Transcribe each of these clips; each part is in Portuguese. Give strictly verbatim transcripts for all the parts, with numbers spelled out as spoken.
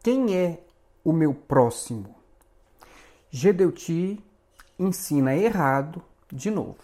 Quem é o meu próximo? Gedeuti ensina errado de novo.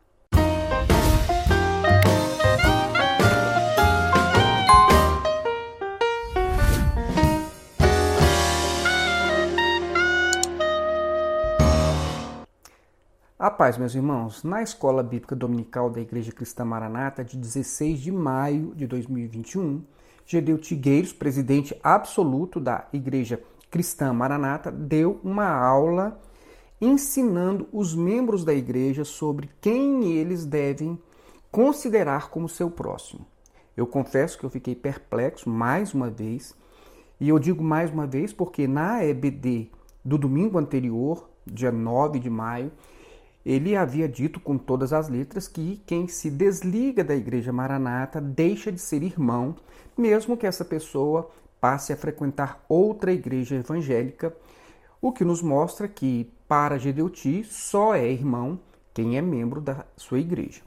A paz, meus irmãos. Na Escola Bíblica Dominical da Igreja Cristã Maranata, de dezesseis de maio de dois mil e vinte e um, Gedeuti Gueiros, presidente absoluto da Igreja Cristã Maranata, deu uma aula ensinando os membros da igreja sobre quem eles devem considerar como seu próximo. Eu confesso que eu fiquei perplexo mais uma vez, e eu digo mais uma vez porque na E B D do domingo anterior, dia nove de maio, ele havia dito com todas as letras que quem se desliga da Igreja Maranata deixa de ser irmão, mesmo que essa pessoa passe a frequentar outra igreja evangélica, o que nos mostra que, para Gedeuti, só é irmão quem é membro da sua igreja.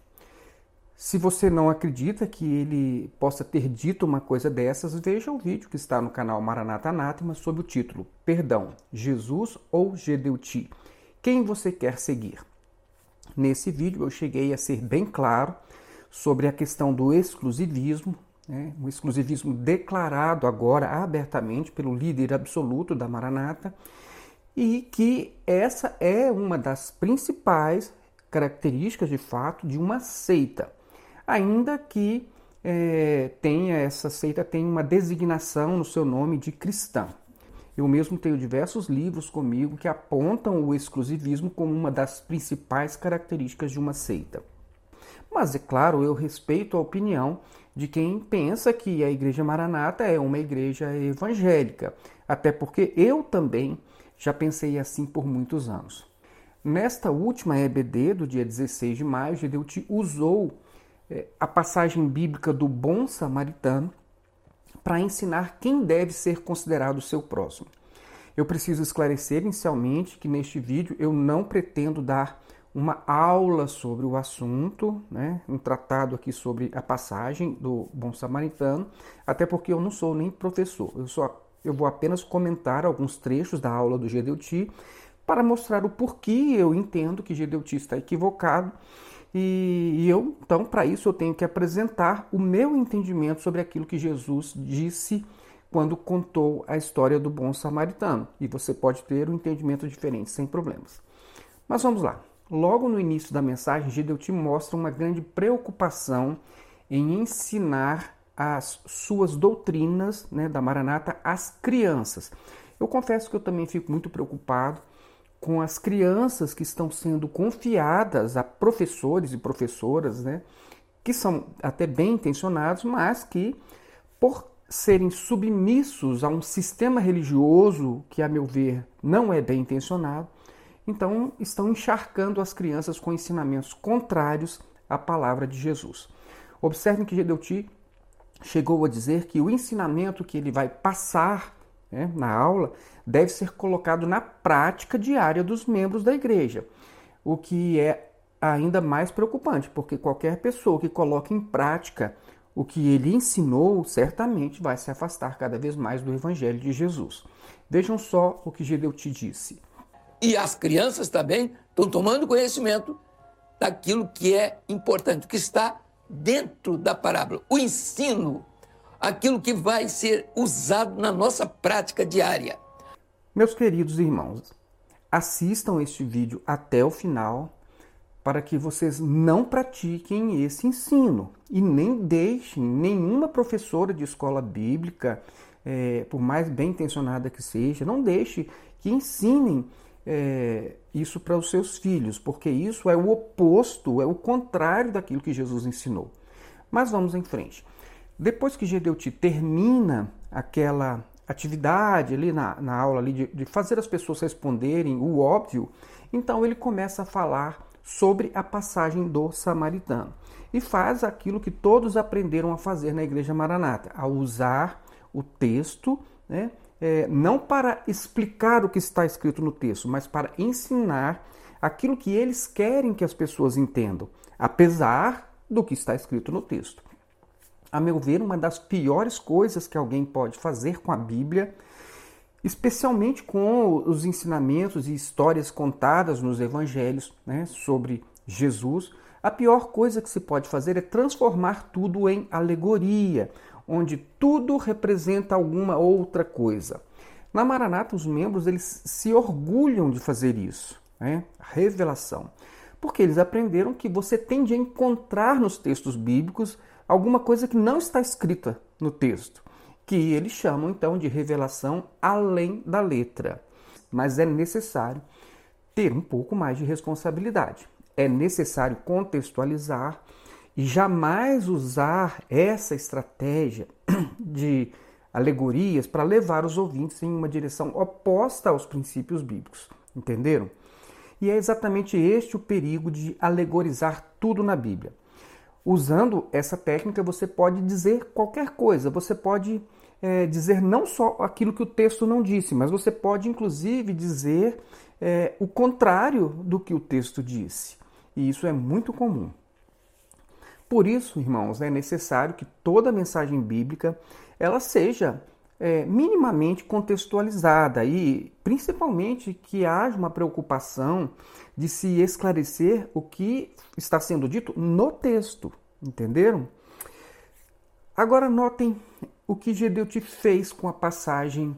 Se você não acredita que ele possa ter dito uma coisa dessas, veja o vídeo que está no canal Maranata Anátema sob o título Perdão, Jesus ou Gedeuti? Quem você quer seguir? Nesse vídeo eu cheguei a ser bem claro sobre a questão do exclusivismo, né? Um exclusivismo declarado agora abertamente pelo líder absoluto da Maranata, e que essa é uma das principais características, de fato, de uma seita, ainda que é, tenha essa seita tenha uma designação no seu nome de cristã. Eu mesmo tenho diversos livros comigo que apontam o exclusivismo como uma das principais características de uma seita. Mas, é claro, eu respeito a opinião de quem pensa que a Igreja Maranata é uma igreja evangélica, até porque eu também já pensei assim por muitos anos. Nesta última E B D do dia dezesseis de maio, Gedeuti usou é, a passagem bíblica do bom samaritano para ensinar quem deve ser considerado o seu próximo. Eu preciso esclarecer inicialmente que neste vídeo eu não pretendo dar uma aula sobre o assunto, né? Um tratado aqui sobre a passagem do bom samaritano, até porque eu não sou nem professor, eu, só, eu vou apenas comentar alguns trechos da aula do Gedeuti para mostrar o porquê eu entendo que Gedeuti está equivocado. E, e eu, então, para isso, eu tenho que apresentar o meu entendimento sobre aquilo que Jesus disse quando contou a história do bom samaritano. E você pode ter um entendimento diferente, sem problemas. Mas vamos lá. Logo no início da mensagem, Gedeuti mostra uma grande preocupação em ensinar as suas doutrinas, né, da Maranata às crianças. Eu confesso que eu também fico muito preocupado com as crianças que estão sendo confiadas a professores e professoras, né, que são até bem intencionados, mas que, por serem submissos a um sistema religioso que, a meu ver, não é bem intencionado, então estão encharcando as crianças com ensinamentos contrários à palavra de Jesus. Observem que Gedeuti chegou a dizer que o ensinamento que ele vai passar, né, na aula, deve ser colocado na prática diária dos membros da igreja, o que é ainda mais preocupante, porque qualquer pessoa que coloque em prática o que ele ensinou, certamente vai se afastar cada vez mais do Evangelho de Jesus. Vejam só o que Gedeuti disse. E as crianças também estão tomando conhecimento daquilo que é importante, que está dentro da parábola, o ensino, aquilo que vai ser usado na nossa prática diária. Meus queridos irmãos, assistam este vídeo até o final para que vocês não pratiquem esse ensino e nem deixem nenhuma professora de escola bíblica, é, por mais bem intencionada que seja, não deixe que ensinem é, isso para os seus filhos, porque isso é o oposto, é o contrário daquilo que Jesus ensinou. Mas vamos em frente. Depois que Gedeuti termina aquela atividade ali na, na aula ali de, de fazer as pessoas responderem o óbvio, então ele começa a falar sobre a passagem do samaritano e faz aquilo que todos aprenderam a fazer na Igreja Maranata, a usar o texto, né, é, não para explicar o que está escrito no texto, mas para ensinar aquilo que eles querem que as pessoas entendam, apesar do que está escrito no texto. A meu ver, uma das piores coisas que alguém pode fazer com a Bíblia especialmente com os ensinamentos e histórias contadas nos evangelhos, né, sobre Jesus. A pior coisa que se pode fazer é transformar tudo em alegoria, onde tudo representa alguma outra coisa. Na Maranata, os membros eles se orgulham de fazer isso, né? Revelação. Porque eles aprenderam que você tende a encontrar nos textos bíblicos alguma coisa que não está escrita no texto, que eles chamam então de revelação além da letra. Mas é necessário ter um pouco mais de responsabilidade. É necessário contextualizar e jamais usar essa estratégia de alegorias para levar os ouvintes em uma direção oposta aos princípios bíblicos. Entenderam? E é exatamente este o perigo de alegorizar tudo na Bíblia. Usando essa técnica, você pode dizer qualquer coisa. Você pode é, dizer não só aquilo que o texto não disse, mas você pode, inclusive, dizer é, o contrário do que o texto disse. E isso é muito comum. Por isso, irmãos, é necessário que toda mensagem bíblica ela seja é, minimamente contextualizada e, principalmente, que haja uma preocupação de se esclarecer o que está sendo dito no texto. Entenderam? Agora notem o que Gedeuti fez com a passagem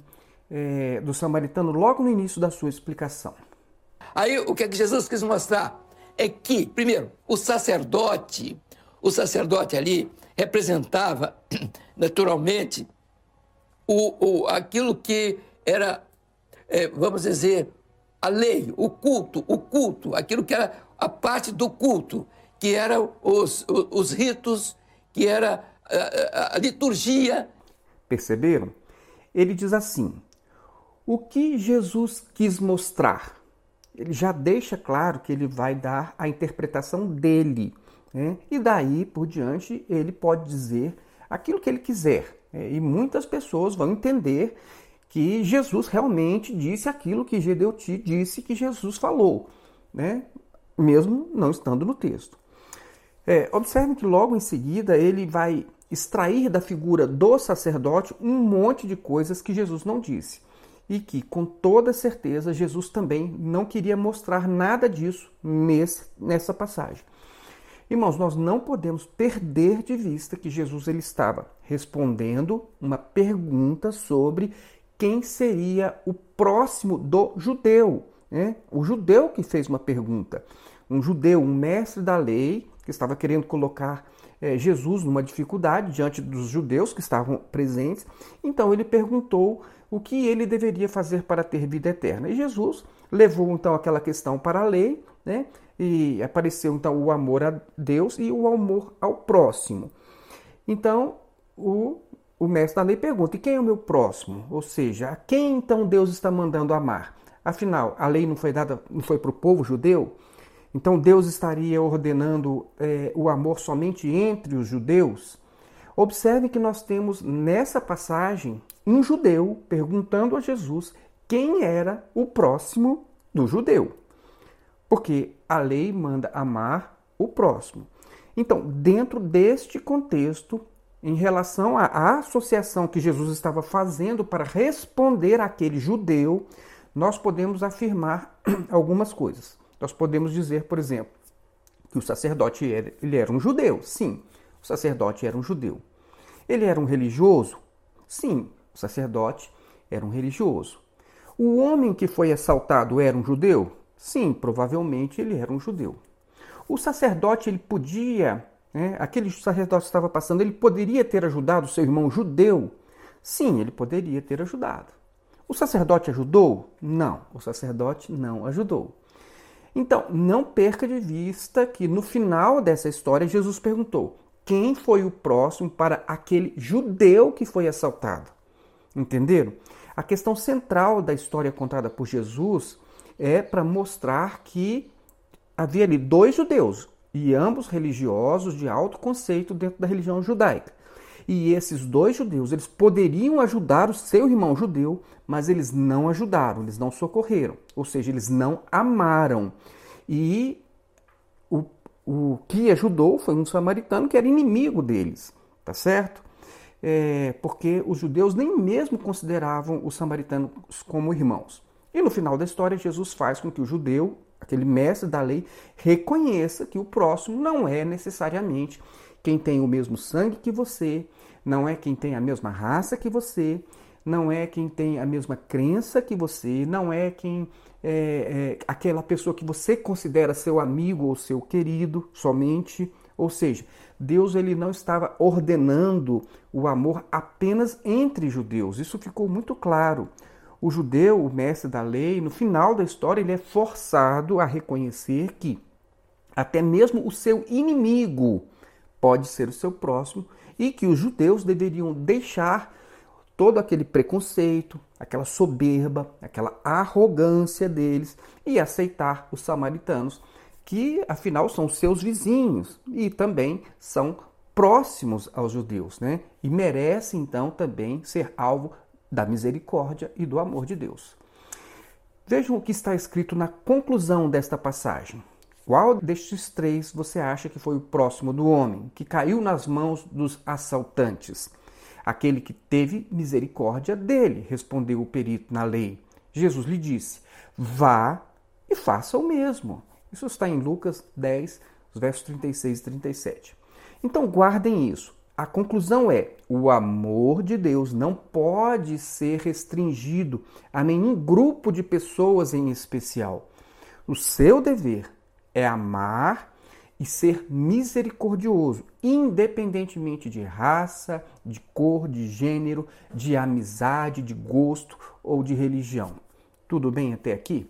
é, do samaritano logo no início da sua explicação. Aí o que é que Jesus quis mostrar? É que, primeiro, o sacerdote, o sacerdote ali representava, naturalmente, o, o, aquilo que era, é, vamos dizer, a lei, o culto, o culto, aquilo que era a parte do culto, que eram os, os, os ritos, que era a, a, a liturgia. Perceberam? Ele diz assim, o que Jesus quis mostrar? Ele já deixa claro que ele vai dar a interpretação dele, né? E daí por diante ele pode dizer aquilo que ele quiser. Né? E muitas pessoas vão entender que Jesus realmente disse aquilo que Gedeuti disse que Jesus falou, né? Mesmo não estando no texto. É, observe que logo em seguida ele vai extrair da figura do sacerdote um monte de coisas que Jesus não disse. E que, com toda certeza, Jesus também não queria mostrar nada disso nesse, nessa passagem. Irmãos, nós não podemos perder de vista que Jesus ele estava respondendo uma pergunta sobre quem seria o próximo do judeu. Né? O judeu que fez uma pergunta. Um judeu, um mestre da lei, que estava querendo colocar é, Jesus numa dificuldade diante dos judeus que estavam presentes. Então ele perguntou o que ele deveria fazer para ter vida eterna. E Jesus levou então aquela questão para a lei, né? E apareceu então o amor a Deus e o amor ao próximo. Então o, o mestre da lei pergunta, e quem é o meu próximo? Ou seja, a quem então Deus está mandando amar? Afinal, a lei não foi dada, não foi para o povo judeu? Então Deus estaria ordenando é, o amor somente entre os judeus? Observe que nós temos nessa passagem um judeu perguntando a Jesus quem era o próximo do judeu. Porque a lei manda amar o próximo. Então, dentro deste contexto, em relação à associação que Jesus estava fazendo para responder àquele judeu, nós podemos afirmar algumas coisas. Nós podemos dizer, por exemplo, que o sacerdote era, ele era um judeu. Sim, o sacerdote era um judeu. Ele era um religioso? Sim, o sacerdote era um religioso. O homem que foi assaltado era um judeu? Sim, provavelmente ele era um judeu. O sacerdote, ele podia, né, aquele sacerdote que estava passando, ele poderia ter ajudado o seu irmão judeu? Sim, ele poderia ter ajudado. O sacerdote ajudou? Não, o sacerdote não ajudou. Então, não perca de vista que no final dessa história, Jesus perguntou, quem foi o próximo para aquele judeu que foi assaltado? Entenderam? A questão central da história contada por Jesus é para mostrar que havia ali dois judeus, e ambos religiosos de alto conceito dentro da religião judaica. E esses dois judeus, eles poderiam ajudar o seu irmão judeu, mas eles não ajudaram, eles não socorreram. Ou seja, eles não amaram. E o O que ajudou foi um samaritano que era inimigo deles, tá certo? é, porque os judeus nem mesmo consideravam os samaritanos como irmãos. E no final da história, Jesus faz com que o judeu, aquele mestre da lei, reconheça que o próximo não é necessariamente quem tem o mesmo sangue que você, não é quem tem a mesma raça que você, não é quem tem a mesma crença que você, não é quem é, é aquela pessoa que você considera seu amigo ou seu querido somente. Ou seja, Deus ele não estava ordenando o amor apenas entre judeus. Isso ficou muito claro. O judeu, o mestre da lei, no final da história, ele é forçado a reconhecer que até mesmo o seu inimigo pode ser o seu próximo e que os judeus deveriam deixar todo aquele preconceito, aquela soberba, aquela arrogância deles e aceitar os samaritanos, que afinal são seus vizinhos e também são próximos aos judeus, né? E merecem então também ser alvo da misericórdia e do amor de Deus. Vejam o que está escrito na conclusão desta passagem. Qual destes três você acha que foi o próximo do homem, que caiu nas mãos dos assaltantes? Aquele que teve misericórdia dele, respondeu o perito na lei. Jesus lhe disse: vá e faça o mesmo. Isso está em Lucas dez, versos trinta e seis e trinta e sete. Então guardem isso. A conclusão é: o amor de Deus não pode ser restringido a nenhum grupo de pessoas em especial. O seu dever é amar e ser misericordioso, independentemente de raça, de cor, de gênero, de amizade, de gosto ou de religião. Tudo bem até aqui?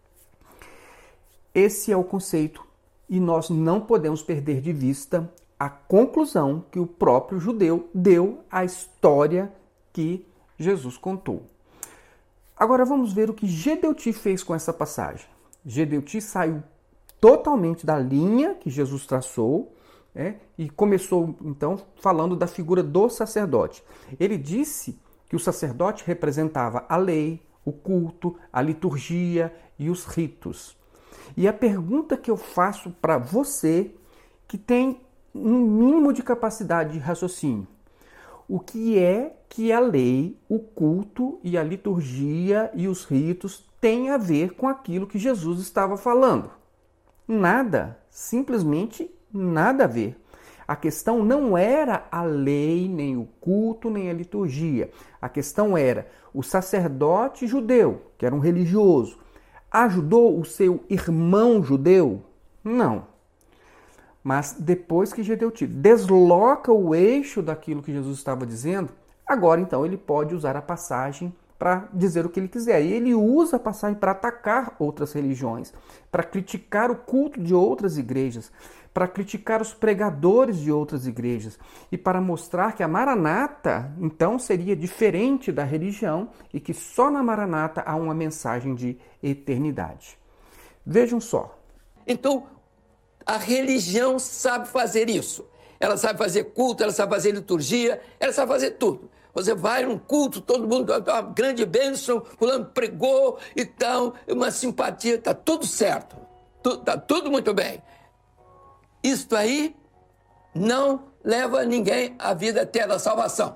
Esse é o conceito e nós não podemos perder de vista a conclusão que o próprio judeu deu à história que Jesus contou. Agora vamos ver o que Gedeuti fez com essa passagem. Gedeuti saiu totalmente da linha que Jesus traçou, né, e começou então falando da figura do sacerdote. Ele disse que o sacerdote representava a lei, o culto, a liturgia e os ritos. E a pergunta que eu faço para você, que tem um mínimo de capacidade de raciocínio: o que é que a lei, o culto e a liturgia e os ritos têm a ver com aquilo que Jesus estava falando? Nada, simplesmente nada a ver. A questão não era a lei, nem o culto, nem a liturgia. A questão era o sacerdote judeu, que era um religioso, ajudou o seu irmão judeu? Não. Mas depois que Gedeuti desloca o eixo daquilo que Jesus estava dizendo, agora então ele pode usar a passagem para dizer o que ele quiser. E ele usa a passagem para atacar outras religiões, para criticar o culto de outras igrejas, para criticar os pregadores de outras igrejas e para mostrar que a Maranata, então, seria diferente da religião e que só na Maranata há uma mensagem de eternidade. Vejam só. Então, a religião sabe fazer isso. Ela sabe fazer culto, ela sabe fazer liturgia, ela sabe fazer tudo. Você vai num culto, todo mundo dá uma grande bênção, fulano pregou e tal, uma simpatia, está tudo certo, está tudo muito bem. Isto aí não leva ninguém à vida até da salvação.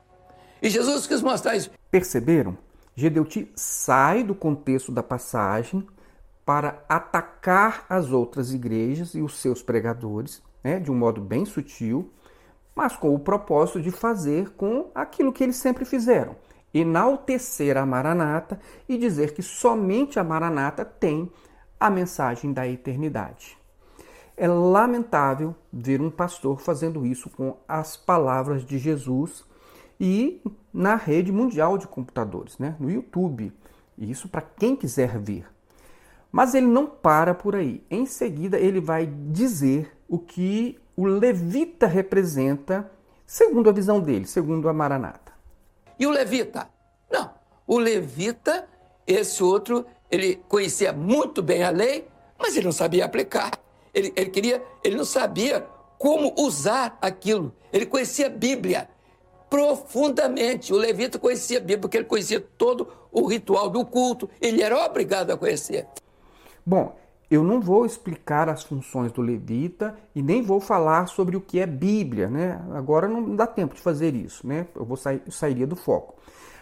E Jesus quis mostrar isso. Perceberam? Gedeuti sai do contexto da passagem para atacar as outras igrejas e os seus pregadores, né, de um modo bem sutil, mas com o propósito de fazer com aquilo que eles sempre fizeram: enaltecer a Maranata e dizer que somente a Maranata tem a mensagem da eternidade. É lamentável ver um pastor fazendo isso com as palavras de Jesus e na rede mundial de computadores, né? No YouTube. Isso para quem quiser ver. Mas ele não para por aí. Em seguida, ele vai dizer o que o levita representa, segundo a visão dele, segundo a Maranata. E o levita? Não. O levita, esse outro, ele conhecia muito bem a lei, mas ele não sabia aplicar. Ele, ele queria, ele não sabia como usar aquilo. Ele conhecia a Bíblia profundamente. O levita conhecia a Bíblia, porque ele conhecia todo o ritual do culto. Ele era obrigado a conhecer. Bom, eu não vou explicar as funções do levita e nem vou falar sobre o que é Bíblia, né? Agora não dá tempo de fazer isso, né? Eu vou sair, eu sairia do foco.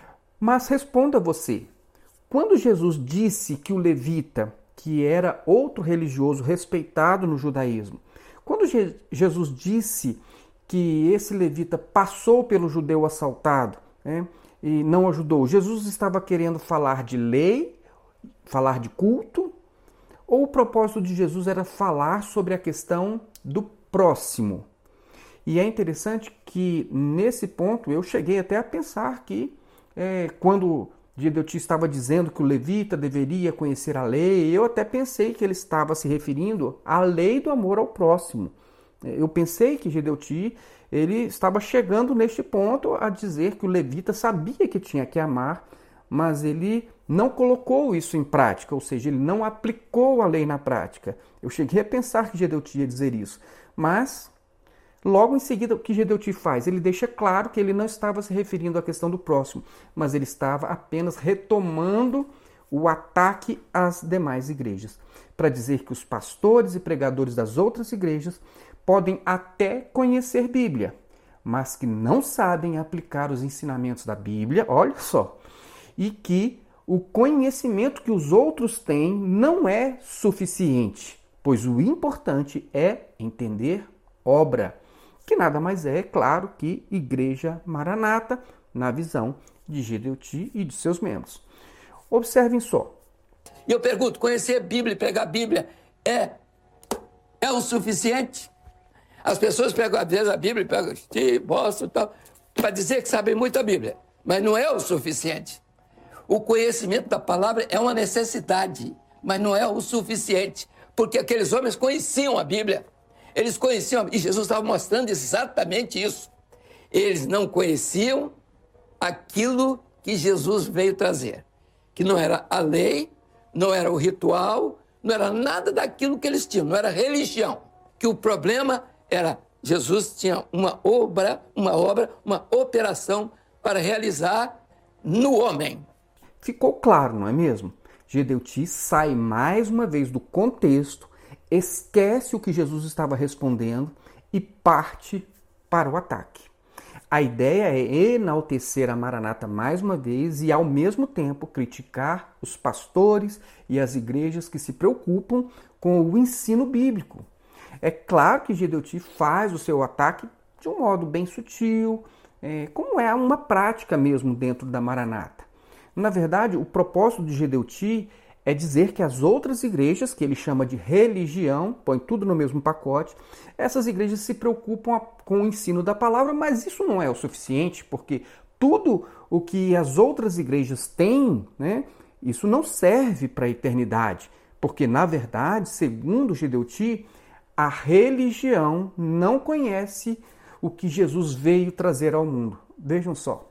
Mas responda você, quando Jesus disse que o levita, que era outro religioso respeitado no judaísmo, quando Je- Jesus disse que esse levita passou pelo judeu assaltado, né, e não ajudou, Jesus estava querendo falar de lei, falar de culto, ou o propósito de Jesus era falar sobre a questão do próximo? E é interessante que, nesse ponto, eu cheguei até a pensar que, é, quando Gedeuti estava dizendo que o levita deveria conhecer a lei, eu até pensei que ele estava se referindo à lei do amor ao próximo. Eu pensei que Gedeuti ele estava chegando neste ponto a dizer que o levita sabia que tinha que amar, mas ele não colocou isso em prática, ou seja, ele não aplicou a lei na prática. Eu cheguei a pensar que Gedeuti ia dizer isso, mas logo em seguida o que Gedeuti faz? Ele deixa claro que ele não estava se referindo à questão do próximo, mas ele estava apenas retomando o ataque às demais igrejas, para dizer que os pastores e pregadores das outras igrejas podem até conhecer Bíblia, mas que não sabem aplicar os ensinamentos da Bíblia, olha só, e que o conhecimento que os outros têm não é suficiente, pois o importante é entender obra, que nada mais é, claro, que Igreja Maranata, na visão de Gedeuti e de seus membros. Observem só. E eu pergunto, conhecer a Bíblia e pregar a Bíblia é, é o suficiente? As pessoas pegam às vezes a Bíblia e pegam e mostram e tal, para dizer que sabem muito a Bíblia, mas não é o suficiente. O conhecimento da palavra é uma necessidade, mas não é o suficiente, porque aqueles homens conheciam a Bíblia, eles conheciam, e Jesus estava mostrando exatamente isso. Eles não conheciam aquilo que Jesus veio trazer, que não era a lei, não era o ritual, não era nada daquilo que eles tinham, não era religião, que o problema era Jesus tinha uma obra, uma obra, uma operação para realizar no homem. Ficou claro, não é mesmo? Gedeuti sai mais uma vez do contexto, esquece o que Jesus estava respondendo e parte para o ataque. A ideia é enaltecer a Maranata mais uma vez e, ao mesmo tempo, criticar os pastores e as igrejas que se preocupam com o ensino bíblico. É claro que Gedeuti faz o seu ataque de um modo bem sutil, é, como é uma prática mesmo dentro da Maranata. Na verdade, o propósito de Gedeuti é dizer que as outras igrejas, que ele chama de religião, põe tudo no mesmo pacote, essas igrejas se preocupam com o ensino da palavra, mas isso não é o suficiente, porque tudo o que as outras igrejas têm, né, isso não serve para a eternidade, porque, na verdade, segundo Gedeuti, a religião não conhece o que Jesus veio trazer ao mundo. Vejam só.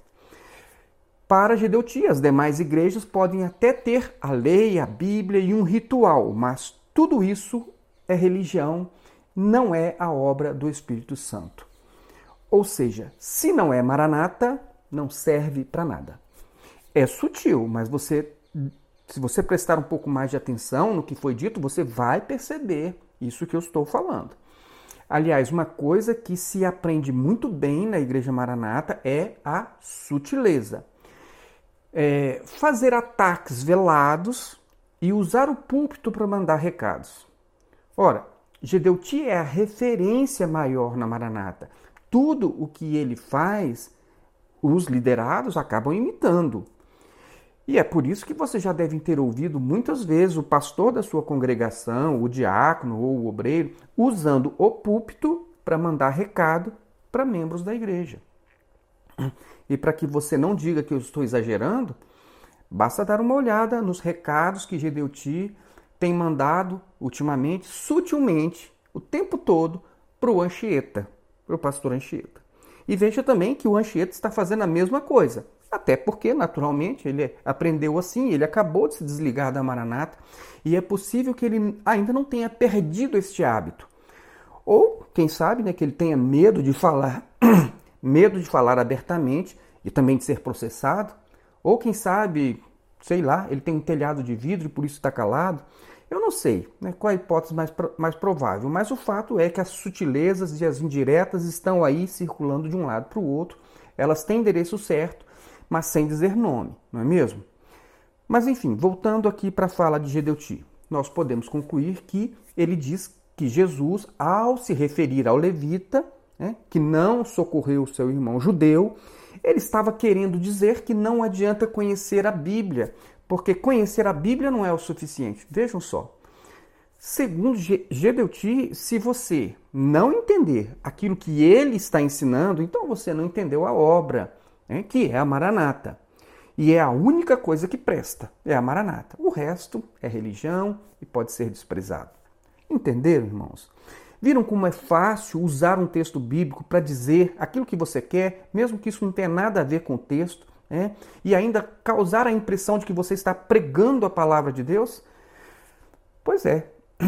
Para Gedeuti, as demais igrejas podem até ter a lei, a Bíblia e um ritual, mas tudo isso é religião, não é a obra do Espírito Santo. Ou seja, se não é Maranata, não serve para nada. É sutil, mas você, se você prestar um pouco mais de atenção no que foi dito, você vai perceber isso que eu estou falando. Aliás, uma coisa que se aprende muito bem na Igreja Maranata é a sutileza. É fazer ataques velados e usar o púlpito para mandar recados. Ora, Gedeuti é a referência maior na Maranata. Tudo o que ele faz, os liderados acabam imitando. E é por isso que vocês já devem ter ouvido muitas vezes o pastor da sua congregação, o diácono ou o obreiro, usando o púlpito para mandar recado para membros da igreja. E para que você não diga que eu estou exagerando, basta dar uma olhada nos recados que Gedeuti tem mandado ultimamente, sutilmente, o tempo todo, para o Anchieta, para o pastor Anchieta. E veja também que o Anchieta está fazendo a mesma coisa, até porque, naturalmente, ele aprendeu assim, ele acabou de se desligar da Maranata, e é possível que ele ainda não tenha perdido este hábito. Ou, quem sabe, né, que ele tenha medo de falar... medo de falar abertamente e também de ser processado, ou quem sabe, sei lá, ele tem um telhado de vidro e por isso está calado. Eu não sei, né, qual a hipótese mais, mais provável, mas o fato é que as sutilezas e as indiretas estão aí circulando de um lado para o outro. Elas têm endereço certo, mas sem dizer nome, não é mesmo? Mas enfim, voltando aqui para a fala de Gedeuti, nós podemos concluir que ele diz que Jesus, ao se referir ao levita, né, que não socorreu o seu irmão judeu, ele estava querendo dizer que não adianta conhecer a Bíblia, porque conhecer a Bíblia não é o suficiente. Vejam só. Segundo Gedeuti, se você não entender aquilo que ele está ensinando, então você não entendeu a obra, né, que é a Maranata. E é a única coisa que presta, é a Maranata. O resto é religião e pode ser desprezado. Entenderam, irmãos? Viram como é fácil usar um texto bíblico para dizer aquilo que você quer, mesmo que isso não tenha nada a ver com o texto? É, e ainda causar a impressão de que você está pregando a palavra de Deus? Pois é.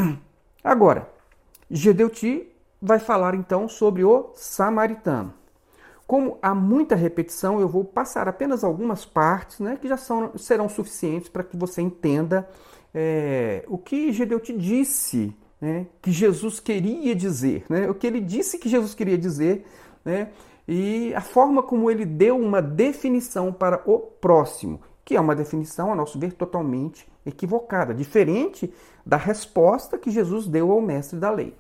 Agora, Gedeuti vai falar então sobre o samaritano. Como há muita repetição, eu vou passar apenas algumas partes, né, que já são, serão suficientes para que você entenda é, o que Gedeuti disse, né, que Jesus queria dizer, né, o que ele disse que Jesus queria dizer, né, e a forma como ele deu uma definição para o próximo, que é uma definição, a nosso ver, totalmente equivocada, diferente da resposta que Jesus deu ao mestre da lei.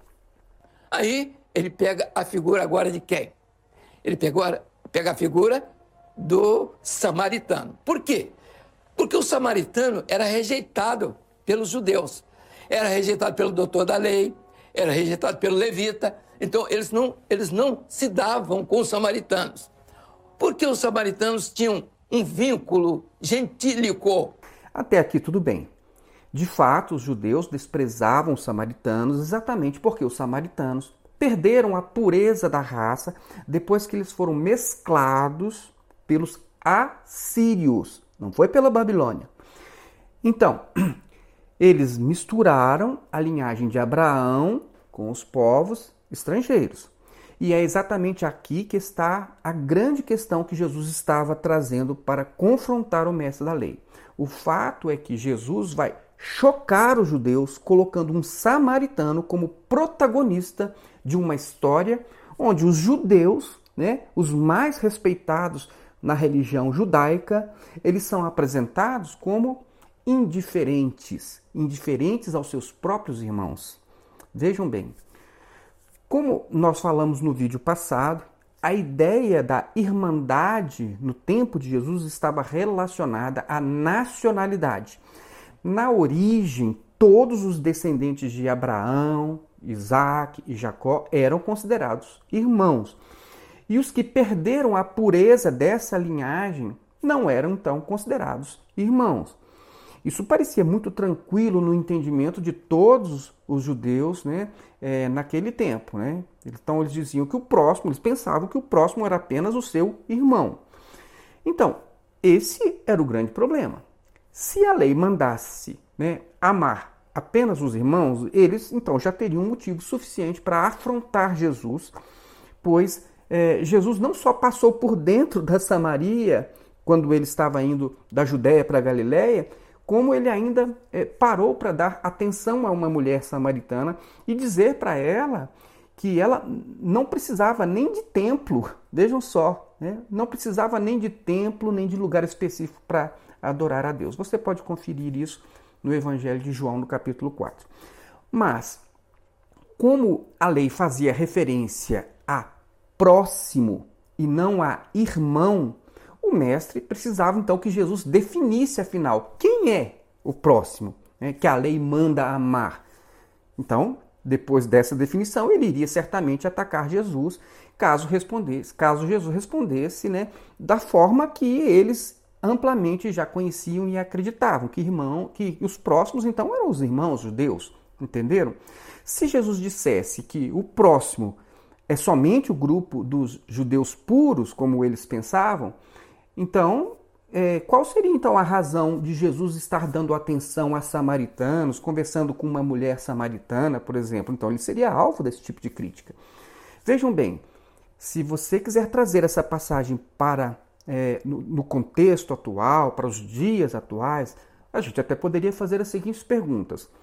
Aí ele pega a figura agora de quem? Ele pegou, pega a figura do samaritano. Por quê? Porque o samaritano era rejeitado pelos judeus, era rejeitado pelo doutor da lei, era rejeitado pelo levita. Então, eles não, eles não se davam com os samaritanos. Porque os samaritanos tinham um vínculo gentílico. Até aqui tudo bem. De fato, os judeus desprezavam os samaritanos exatamente porque os samaritanos perderam a pureza da raça depois que eles foram mesclados pelos assírios. Não foi pela Babilônia. Então, eles misturaram a linhagem de Abraão com os povos estrangeiros. E é exatamente aqui que está a grande questão que Jesus estava trazendo para confrontar o mestre da lei. O fato é que Jesus vai chocar os judeus colocando um samaritano como protagonista de uma história onde os judeus, né, os mais respeitados na religião judaica, eles são apresentados como indiferentes, indiferentes aos seus próprios irmãos. Vejam bem, como nós falamos no vídeo passado, a ideia da irmandade no tempo de Jesus estava relacionada à nacionalidade. Na origem, todos os descendentes de Abraão, Isaac e Jacó eram considerados irmãos. E os que perderam a pureza dessa linhagem não eram, então, considerados irmãos. Isso parecia muito tranquilo no entendimento de todos os judeus, né, é, naquele tempo, né? Então eles diziam que o próximo, eles pensavam que o próximo era apenas o seu irmão. Então, esse era o grande problema. Se a lei mandasse, né, amar apenas os irmãos, eles então já teriam um motivo suficiente para afrontar Jesus, pois é, Jesus não só passou por dentro da Samaria, quando ele estava indo da Judéia para a Galiléia, como ele ainda é, parou para dar atenção a uma mulher samaritana e dizer para ela que ela não precisava nem de templo, vejam só, né? Não precisava nem de templo, nem de lugar específico para adorar a Deus. Você pode conferir isso no Evangelho de João, no capítulo quatro. Mas, como a lei fazia referência a próximo e não a irmão, o mestre precisava então que Jesus definisse, afinal, quem é o próximo, né, que a lei manda amar. Então, depois dessa definição, ele iria certamente atacar Jesus, caso respondesse, caso Jesus respondesse, né, da forma que eles amplamente já conheciam e acreditavam, que irmão, que os próximos então eram os irmãos judeus, entenderam? Se Jesus dissesse que o próximo é somente o grupo dos judeus puros, como eles pensavam, então, é, qual seria então a razão de Jesus estar dando atenção a samaritanos, conversando com uma mulher samaritana, por exemplo? Então, ele seria alvo desse tipo de crítica. Vejam bem, se você quiser trazer essa passagem para é, no, no contexto atual, para os dias atuais, a gente até poderia fazer as seguintes perguntas.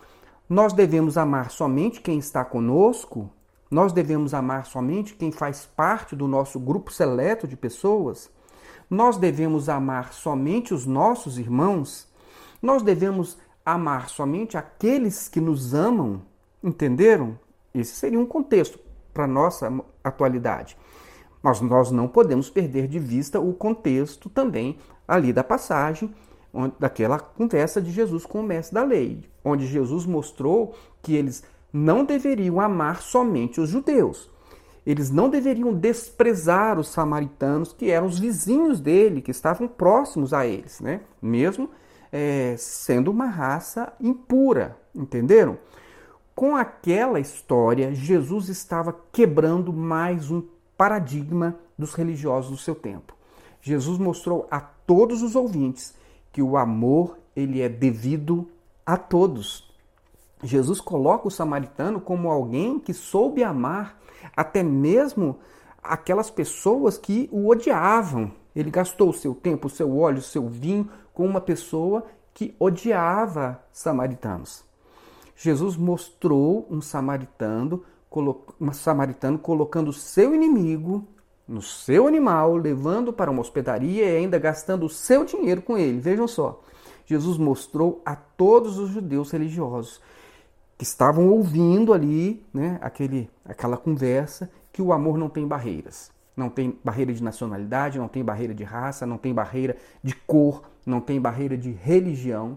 Nós devemos amar somente quem está conosco? Nós devemos amar somente quem faz parte do nosso grupo seleto de pessoas? Nós devemos amar somente os nossos irmãos? Nós devemos amar somente aqueles que nos amam? Entenderam? Esse seria um contexto para a nossa atualidade. Mas nós não podemos perder de vista o contexto também ali da passagem, onde, daquela conversa de Jesus com o mestre da lei, onde Jesus mostrou que eles não deveriam amar somente os judeus. Eles não deveriam desprezar os samaritanos, que eram os vizinhos dele, que estavam próximos a eles, né? Mesmo é, sendo uma raça impura, entenderam? Com aquela história, Jesus estava quebrando mais um paradigma dos religiosos do seu tempo. Jesus mostrou a todos os ouvintes que o amor ele é devido a todos. Jesus coloca o samaritano como alguém que soube amar até mesmo aquelas pessoas que o odiavam. Ele gastou o seu tempo, o seu óleo, o seu vinho com uma pessoa que odiava samaritanos. Jesus mostrou um samaritano, um samaritano colocando o seu inimigo no seu animal, levando para uma hospedaria e ainda gastando o seu dinheiro com ele. Vejam só, Jesus mostrou a todos os judeus religiosos que estavam ouvindo ali, né, aquele, aquela conversa, que o amor não tem barreiras. Não tem barreira de nacionalidade, não tem barreira de raça, não tem barreira de cor, não tem barreira de religião.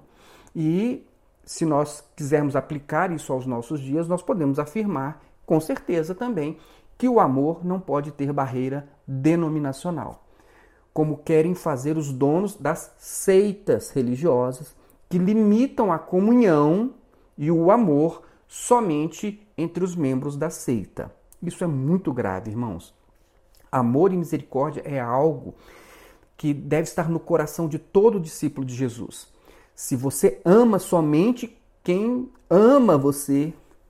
E se nós quisermos aplicar isso aos nossos dias, nós podemos afirmar, com certeza também, que o amor não pode ter barreira denominacional, como querem fazer os donos das seitas religiosas, que limitam a comunhão e o amor somente entre os membros da seita. Isso é muito grave, irmãos. Amor e misericórdia é algo que deve estar no coração de todo discípulo de Jesus. Se você ama somente quem ama você,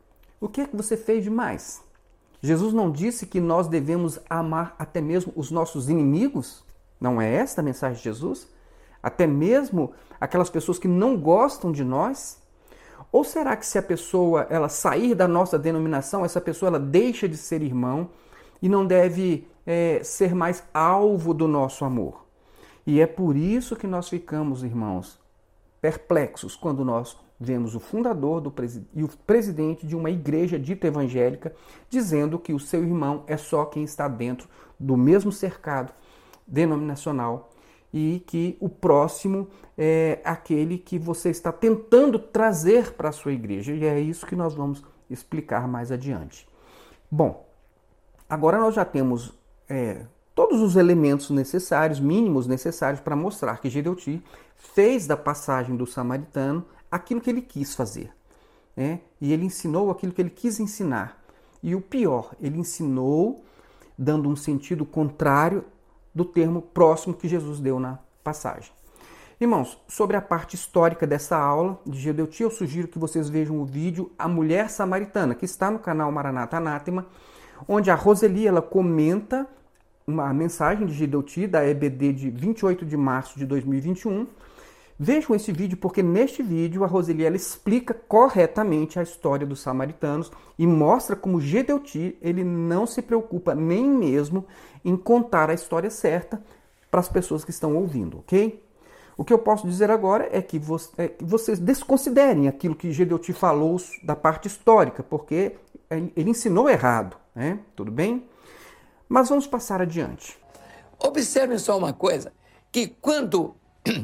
o que é que você fez demais? Jesus não disse que nós devemos amar até mesmo os nossos inimigos? Não é esta a mensagem de Jesus? Até mesmo aquelas pessoas que não gostam de nós? Ou será que se a pessoa ela sair da nossa denominação, essa pessoa ela deixa de ser irmão e não deve é, ser mais alvo do nosso amor? E é por isso que nós ficamos, irmãos, perplexos quando nós vemos o fundador do presi- e o presidente de uma igreja dita evangélica dizendo que o seu irmão é só quem está dentro do mesmo cercado denominacional e que o próximo é aquele que você está tentando trazer para a sua igreja. E é isso que nós vamos explicar mais adiante. Bom, agora nós já temos é, todos os elementos necessários, mínimos necessários, para mostrar que Gedeuti fez da passagem do samaritano aquilo que ele quis fazer, né? E ele ensinou aquilo que ele quis ensinar. E o pior, ele ensinou dando um sentido contrário do termo próximo que Jesus deu na passagem. Irmãos, sobre a parte histórica dessa aula de Gedeuti, eu sugiro que vocês vejam o vídeo A Mulher Samaritana, que está no canal Maranata Anátema, onde a Roseli ela comenta uma mensagem de Gedeuti da E B D de vinte e oito de março de dois mil e vinte e um. Vejam esse vídeo porque neste vídeo a Roseli ela explica corretamente a história dos samaritanos e mostra como Gedeuti ele não se preocupa nem mesmo em contar a história certa para as pessoas que estão ouvindo, ok? O que eu posso dizer agora é que, vo- é que vocês desconsiderem aquilo que Gedeuti falou da parte histórica, porque ele ensinou errado, né? Tudo bem? Mas vamos passar adiante. Observem só uma coisa, que quando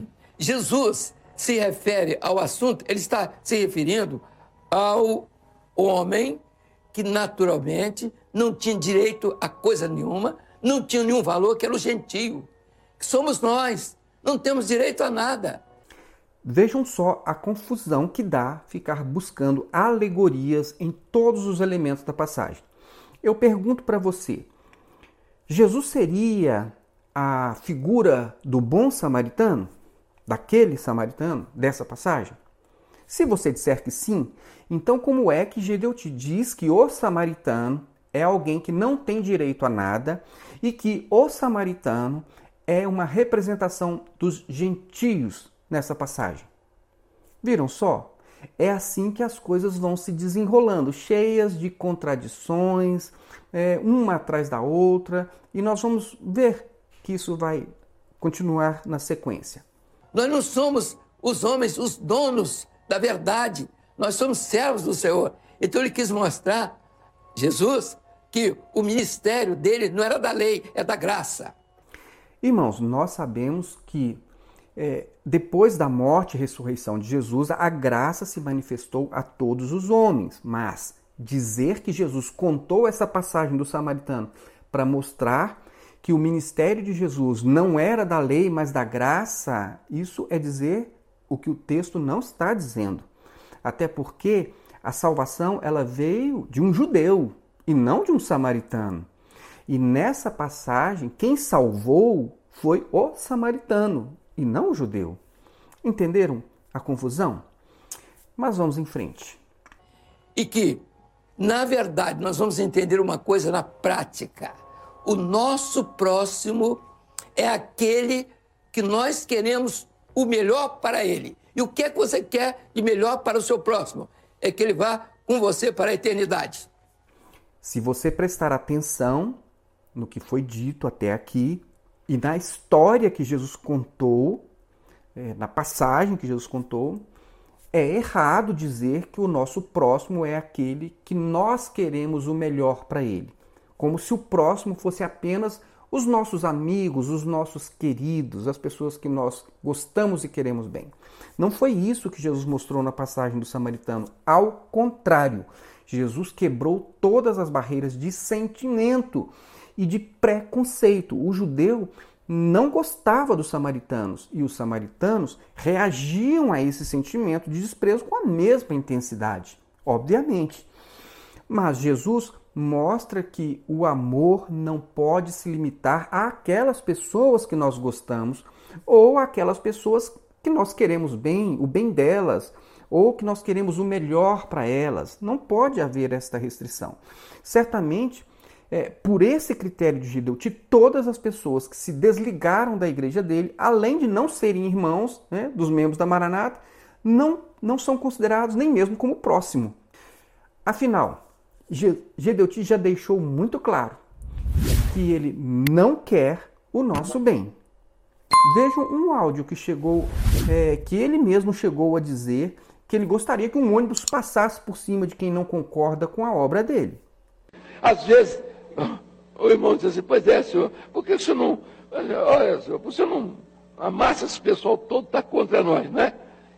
Jesus se refere ao assunto, ele está se referindo ao homem que naturalmente não tinha direito a coisa nenhuma, não tinha nenhum valor, que era o gentio, que somos nós, não temos direito a nada. Vejam só a confusão que dá ficar buscando alegorias em todos os elementos da passagem. Eu pergunto para você, Jesus seria a figura do bom samaritano? Daquele samaritano, dessa passagem? Se você disser que sim, então como é que Gedeuti diz que o samaritano é alguém que não tem direito a nada e que o samaritano é uma representação dos gentios nessa passagem? Viram só? é assim que as coisas vão se desenrolando, cheias de contradições, é, uma atrás da outra, e nós vamos ver que isso vai continuar na sequência. Nós não somos os homens, os donos da verdade, nós somos servos do Senhor. Então ele quis mostrar, Jesus, que o ministério dele não era da lei, é da graça. Irmãos, nós sabemos que é, depois da morte e ressurreição de Jesus, a graça se manifestou a todos os homens. Mas dizer que Jesus contou essa passagem do samaritano para mostrar que o ministério de Jesus não era da lei, mas da graça, isso é dizer o que o texto não está dizendo. Até porque a salvação ela veio de um judeu e não de um samaritano. E nessa passagem, quem salvou foi o samaritano e não o judeu. Entenderam a confusão? Mas vamos em frente. E que, na verdade, nós vamos entender uma coisa na prática. O nosso próximo é aquele que nós queremos o melhor para ele. E o que é que você quer de melhor para o seu próximo? É que ele vá com você para a eternidade. Se você prestar atenção no que foi dito até aqui e na história que Jesus contou, é, na passagem que Jesus contou, é errado dizer que o nosso próximo é aquele que nós queremos o melhor para ele. Como se o próximo fosse apenas os nossos amigos, os nossos queridos, as pessoas que nós gostamos e queremos bem. Não foi isso que Jesus mostrou na passagem do samaritano. Ao contrário, Jesus quebrou todas as barreiras de sentimento e de preconceito. O judeu não gostava dos samaritanos e os samaritanos reagiam a esse sentimento de desprezo com a mesma intensidade, obviamente. Mas Jesus mostra que o amor não pode se limitar àquelas pessoas que nós gostamos ou àquelas pessoas que nós queremos bem, o bem delas, ou que nós queremos o melhor para elas. Não pode haver esta restrição. Certamente, é, por esse critério de Gedeuti, todas as pessoas que se desligaram da igreja dele, além de não serem irmãos, né, dos membros da Maranata, não, não são considerados nem mesmo como próximo. Afinal, Gedeuti já deixou muito claro que ele não quer o nosso bem. Vejam um áudio que chegou, é, que ele mesmo chegou a dizer que ele gostaria que um ônibus passasse por cima de quem não concorda com a obra dele. Às vezes, o irmão diz assim, pois é, senhor, por que o senhor não, olha, senhor, por que o senhor não amassa esse pessoal todo, está contra nós, não é?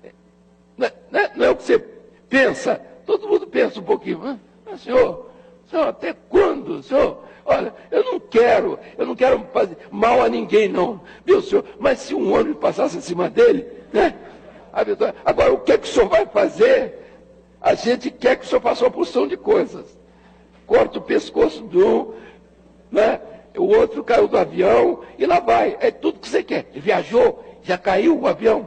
Não é, não é? Não é o que você pensa, todo mundo pensa um pouquinho, né? Mas, senhor, senhor, até quando, senhor? Olha, eu não quero, eu não quero fazer mal a ninguém, não, viu, senhor? Mas se um ônibus passasse em cima dele, né? Agora, o que é que o senhor vai fazer? A gente quer que o senhor faça uma porção de coisas. Corta o pescoço de um, né? O outro caiu do avião e lá vai. É tudo que você quer. Ele viajou, já caiu o avião.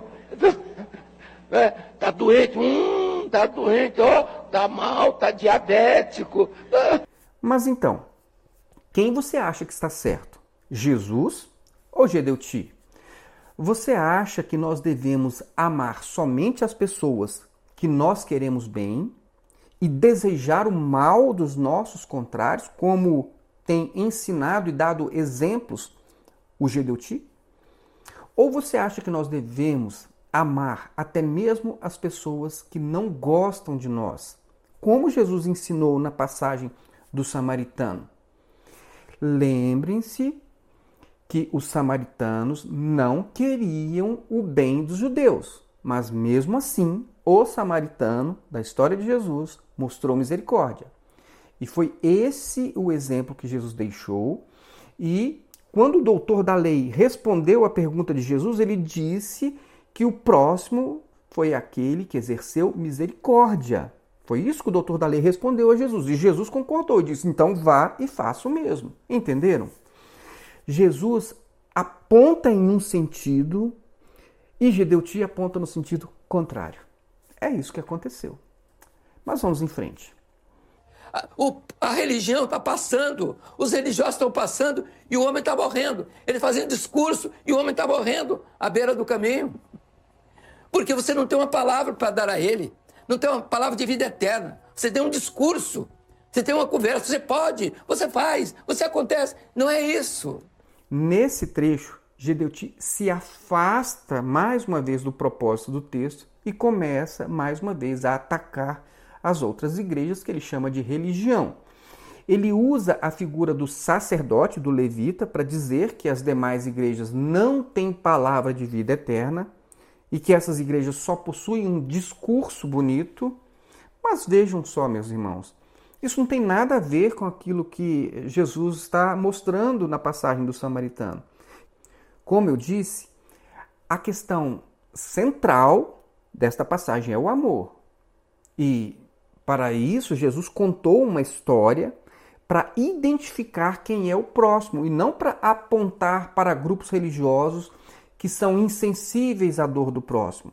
Né? Tá doente, hum, tá doente, ó, tá mal, tá diabético. Mas então, quem você acha que está certo? Jesus ou Gedeuti? Você acha que nós devemos amar somente as pessoas que nós queremos bem e desejar o mal dos nossos contrários, como tem ensinado e dado exemplos o Gedeuti? Ou você acha que nós devemos amar até mesmo as pessoas que não gostam de nós, como Jesus ensinou na passagem do samaritano? Lembrem-se que os samaritanos não queriam o bem dos judeus, mas mesmo assim, o samaritano da história de Jesus mostrou misericórdia. E foi esse o exemplo que Jesus deixou. E quando o doutor da lei respondeu à pergunta de Jesus, ele disse que o próximo foi aquele que exerceu misericórdia. Foi isso que o doutor da lei respondeu a Jesus. E Jesus concordou e disse, então vá e faça o mesmo. Entenderam? Jesus aponta em um sentido e Gedeuti aponta no sentido contrário. É isso que aconteceu. Mas vamos em frente. A, o, a religião está passando, os religiosos estão passando e o homem está morrendo. Ele fazendo discurso e o homem está morrendo à beira do caminho. Porque você não tem uma palavra para dar a ele. não tem uma palavra de vida eterna. Você tem um discurso, você tem uma conversa, você pode, você faz, você acontece. Não é isso. Nesse trecho, Gedeuti se afasta mais uma vez do propósito do texto e começa mais uma vez a atacar as outras igrejas que ele chama de religião. Ele usa a figura do sacerdote, do levita, para dizer que as demais igrejas não têm palavra de vida eterna e que essas igrejas só possuem um discurso bonito. Mas vejam só, meus irmãos, isso não tem nada a ver com aquilo que Jesus está mostrando na passagem do samaritano. Como eu disse, a questão central desta passagem é o amor. E para isso, Jesus contou uma história para identificar quem é o próximo e não para apontar para grupos religiosos que são insensíveis à dor do próximo.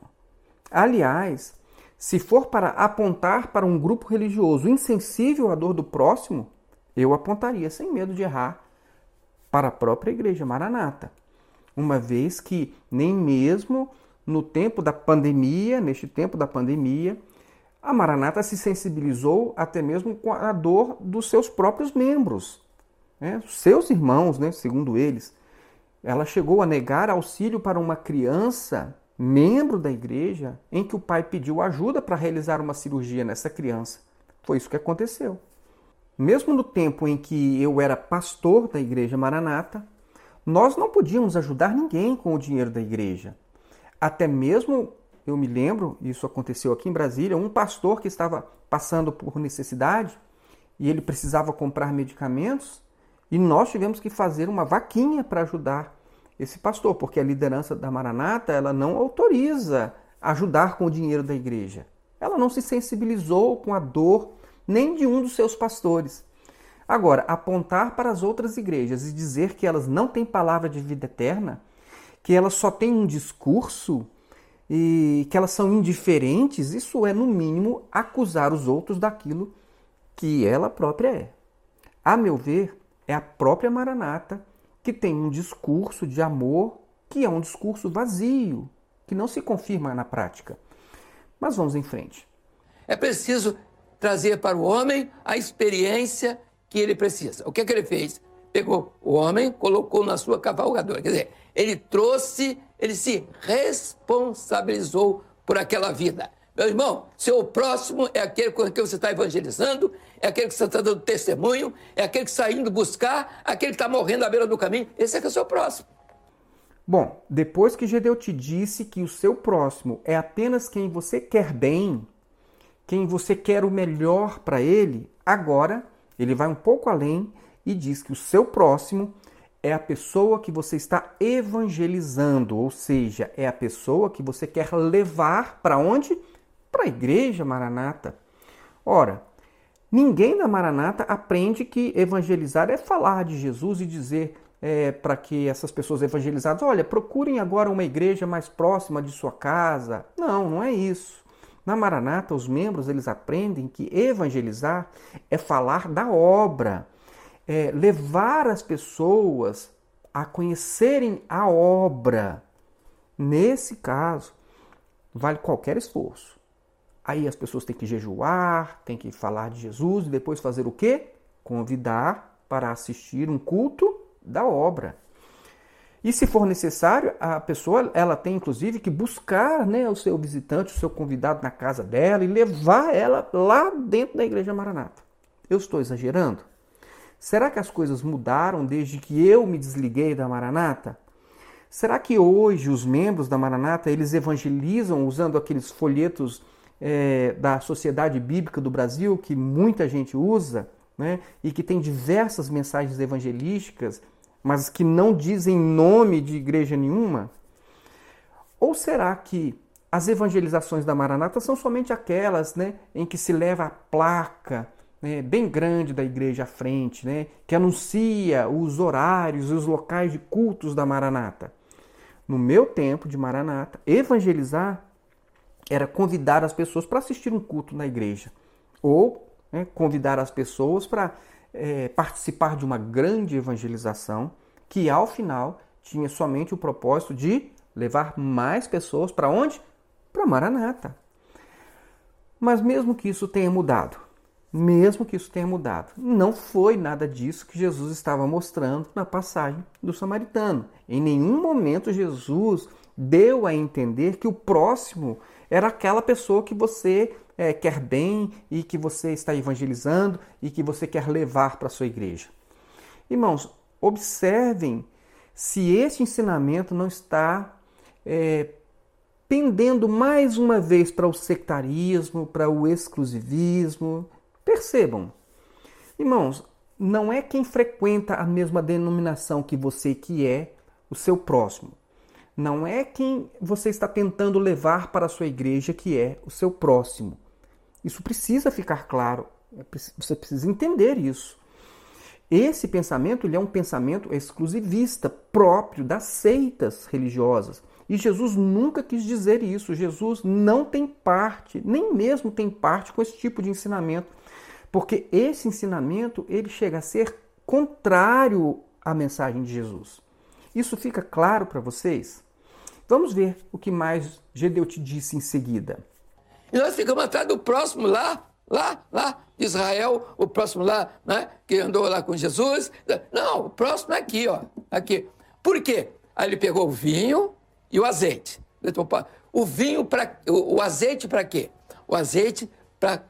Aliás, se for para apontar para um grupo religioso insensível à dor do próximo, eu apontaria, sem medo de errar, para a própria Igreja Maranata. Uma vez que nem mesmo no tempo da pandemia, neste tempo da pandemia, a Maranata se sensibilizou até mesmo com a dor dos seus próprios membros, né? Seus irmãos, né? Segundo eles. Ela chegou a negar auxílio para uma criança, membro da igreja, em que o pai pediu ajuda para realizar uma cirurgia nessa criança. Foi isso que aconteceu. Mesmo no tempo em que eu era pastor da Igreja Maranata, nós não podíamos ajudar ninguém com o dinheiro da igreja. Até mesmo, eu me lembro, isso aconteceu aqui em Brasília, um pastor que estava passando por necessidade e ele precisava comprar medicamentos e nós tivemos que fazer uma vaquinha para ajudar esse pastor, porque a liderança da Maranata ela não autoriza ajudar com o dinheiro da igreja. Ela não se sensibilizou com a dor nem de um dos seus pastores. Agora, apontar para as outras igrejas e dizer que elas não têm palavra de vida eterna, que elas só têm um discurso e que elas são indiferentes, isso é, no mínimo, acusar os outros daquilo que ela própria é. A meu ver, é a própria Maranata que tem um discurso de amor que é um discurso vazio, que não se confirma na prática. Mas vamos em frente. É preciso trazer para o homem a experiência que ele precisa. O que é que ele fez? Pegou o homem, colocou na sua cavalgadora. Quer dizer, ele trouxe, ele se responsabilizou por aquela vida. Meu irmão, seu próximo é aquele com quem você está evangelizando, é aquele que você está dando testemunho, é aquele que está indo buscar, aquele que está morrendo à beira do caminho. Esse é que é o seu próximo. Bom, depois que Gedeu te disse que o seu próximo é apenas quem você quer bem, quem você quer o melhor para ele, agora ele vai um pouco além e diz que o seu próximo é a pessoa que você está evangelizando, ou seja, é a pessoa que você quer levar para onde? Para a Igreja Maranata. Ora, ninguém da Maranata aprende que evangelizar é falar de Jesus e dizer é, para que essas pessoas evangelizadas, olha, procurem agora uma igreja mais próxima de sua casa. Não, não é isso. Na Maranata, os membros eles aprendem que evangelizar é falar da obra, é levar as pessoas a conhecerem a obra. Nesse caso, vale qualquer esforço. Aí as pessoas têm que jejuar, têm que falar de Jesus e depois fazer o quê? Convidar para assistir um culto da obra. E se for necessário, a pessoa ela tem inclusive que buscar, né, o seu visitante, o seu convidado na casa dela e levar ela lá dentro da Igreja Maranata. Eu estou exagerando? Será que as coisas mudaram desde que eu me desliguei da Maranata? Será que hoje os membros da Maranata eles evangelizam usando aqueles folhetos é, da Sociedade Bíblica do Brasil que muita gente usa, né, e que tem diversas mensagens evangelísticas, mas que não dizem nome de igreja nenhuma? Ou será que as evangelizações da Maranata são somente aquelas, né, em que se leva a placa, né, bem grande da igreja à frente, né, que anuncia os horários e os locais de cultos da Maranata? No meu tempo de Maranata, evangelizar era convidar as pessoas para assistir um culto na igreja, ou né, convidar as pessoas para É, participar de uma grande evangelização que, ao final, tinha somente o propósito de levar mais pessoas para onde? Para Maranata. Mas mesmo que isso tenha mudado, mesmo que isso tenha mudado, não foi nada disso que Jesus estava mostrando na passagem do samaritano. Em nenhum momento Jesus deu a entender que o próximo era aquela pessoa que você é, quer bem e que você está evangelizando e que você quer levar para a sua igreja. Irmãos, observem se esse ensinamento não está é, pendendo mais uma vez para o sectarismo, para o exclusivismo. Percebam, irmãos, não é quem frequenta a mesma denominação que você que é o seu próximo. Não é quem você está tentando levar para a sua igreja que é o seu próximo. Isso precisa ficar claro. Você precisa entender isso. Esse pensamento ele é um pensamento exclusivista, próprio das seitas religiosas. E Jesus nunca quis dizer isso. Jesus não tem parte, nem mesmo tem parte com esse tipo de ensinamento. Porque esse ensinamento ele chega a ser contrário à mensagem de Jesus. Isso fica claro para vocês? Vamos ver o que mais Gedeu te disse em seguida. E nós ficamos atrás do próximo lá, lá, lá, de Israel, o próximo lá, né, que andou lá com Jesus. Não, o próximo é aqui, ó, aqui. Por quê? Aí ele pegou o vinho e o azeite. O vinho para, o, o azeite para quê? O azeite para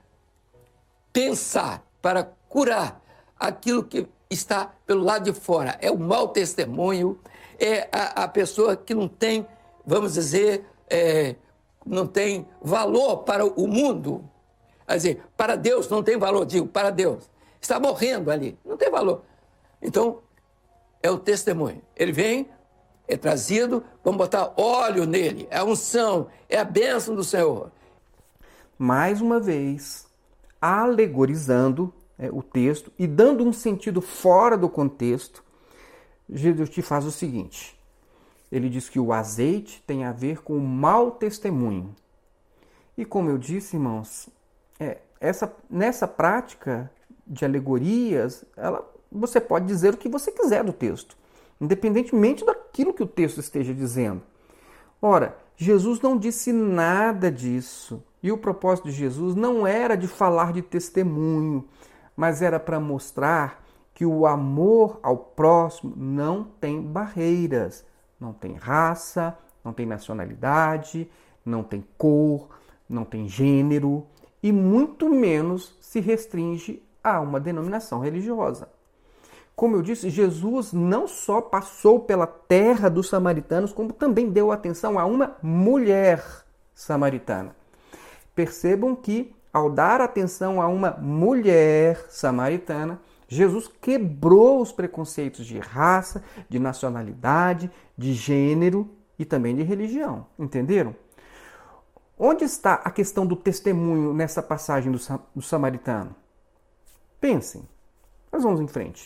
pensar, para curar aquilo que está pelo lado de fora. É o mau testemunho, é a, a pessoa que não tem, vamos dizer, é, não tem valor para o mundo. Quer dizer, para Deus não tem valor, digo, para Deus. Está morrendo ali, não tem valor. Então, é o testemunho. Ele vem, é trazido, vamos botar óleo nele, é a unção, é a bênção do Senhor. Mais uma vez, alegorizando é, o texto e dando um sentido fora do contexto, Jesus te faz o seguinte. Ele diz que o azeite tem a ver com o mau testemunho. E como eu disse, irmãos, é, essa, nessa prática de alegorias, ela, você pode dizer o que você quiser do texto, independentemente daquilo que o texto esteja dizendo. Ora, Jesus não disse nada disso. E o propósito de Jesus não era de falar de testemunho, mas era para mostrar que o amor ao próximo não tem barreiras. Não tem raça, não tem nacionalidade, não tem cor, não tem gênero e muito menos se restringe a uma denominação religiosa. Como eu disse, Jesus não só passou pela terra dos samaritanos, como também deu atenção a uma mulher samaritana. Percebam que, ao dar atenção a uma mulher samaritana, Jesus quebrou os preconceitos de raça, de nacionalidade, de gênero e também de religião. Entenderam? Onde está a questão do testemunho nessa passagem do, do samaritano? Pensem. Nós vamos em frente.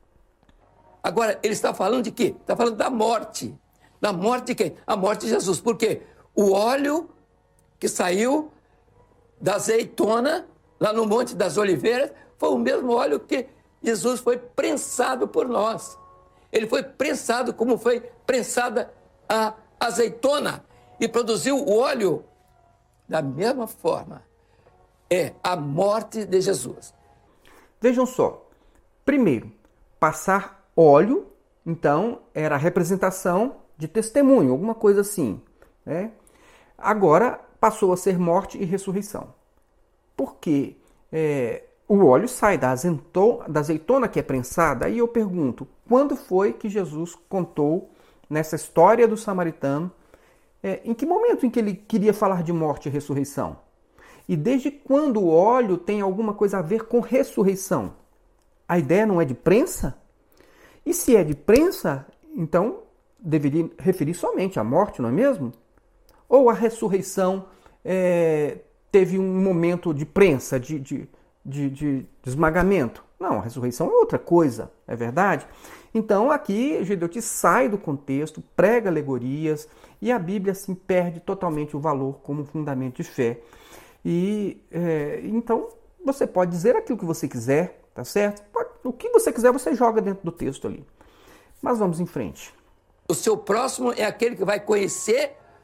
Agora, ele está falando de quê? Está falando da morte. Da morte de quem? A morte de Jesus. Por quê? O óleo que saiu da azeitona, lá no Monte das Oliveiras, foi o mesmo óleo que Jesus foi prensado por nós. Ele foi prensado como foi prensada a azeitona e produziu o óleo da mesma forma. É a morte de Jesus. Vejam só. Primeiro, passar óleo, então, era a representação de testemunho, alguma coisa assim, né? Agora passou a ser morte e ressurreição. Porque é, o óleo sai da azeitona, da azeitona que é prensada. Aí eu pergunto, quando foi que Jesus contou nessa história do samaritano, é, em que momento em que ele queria falar de morte e ressurreição? E desde quando o óleo tem alguma coisa a ver com ressurreição? A ideia não é de prensa? E se é de prensa, então deveria referir somente à morte, não é mesmo? Ou a ressurreição é, teve um momento de prensa, de, de, de, de esmagamento? Não, a ressurreição é outra coisa, é verdade? Então aqui Gedeu sai do contexto, prega alegorias e a Bíblia assim perde totalmente o valor como fundamento de fé. E é, então você pode dizer aquilo que você quiser, tá certo? O que você quiser você joga dentro do texto ali. Mas vamos em frente. O seu próximo é aquele que vai conhecer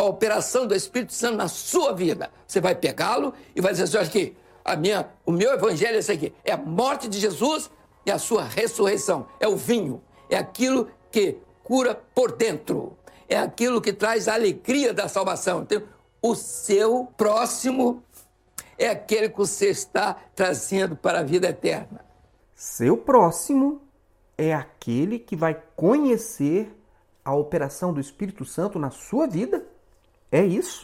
a operação do Espírito Santo na sua vida. Você vai pegá-lo e vai dizer assim, olha aqui, a minha, o meu evangelho é esse aqui, é a morte de Jesus e a sua ressurreição, é o vinho, é aquilo que cura por dentro, é aquilo que traz a alegria da salvação. Então, o seu próximo é aquele que você está trazendo para a vida eterna. Seu próximo é aquele que vai conhecer a operação do Espírito Santo na sua vida. É isso.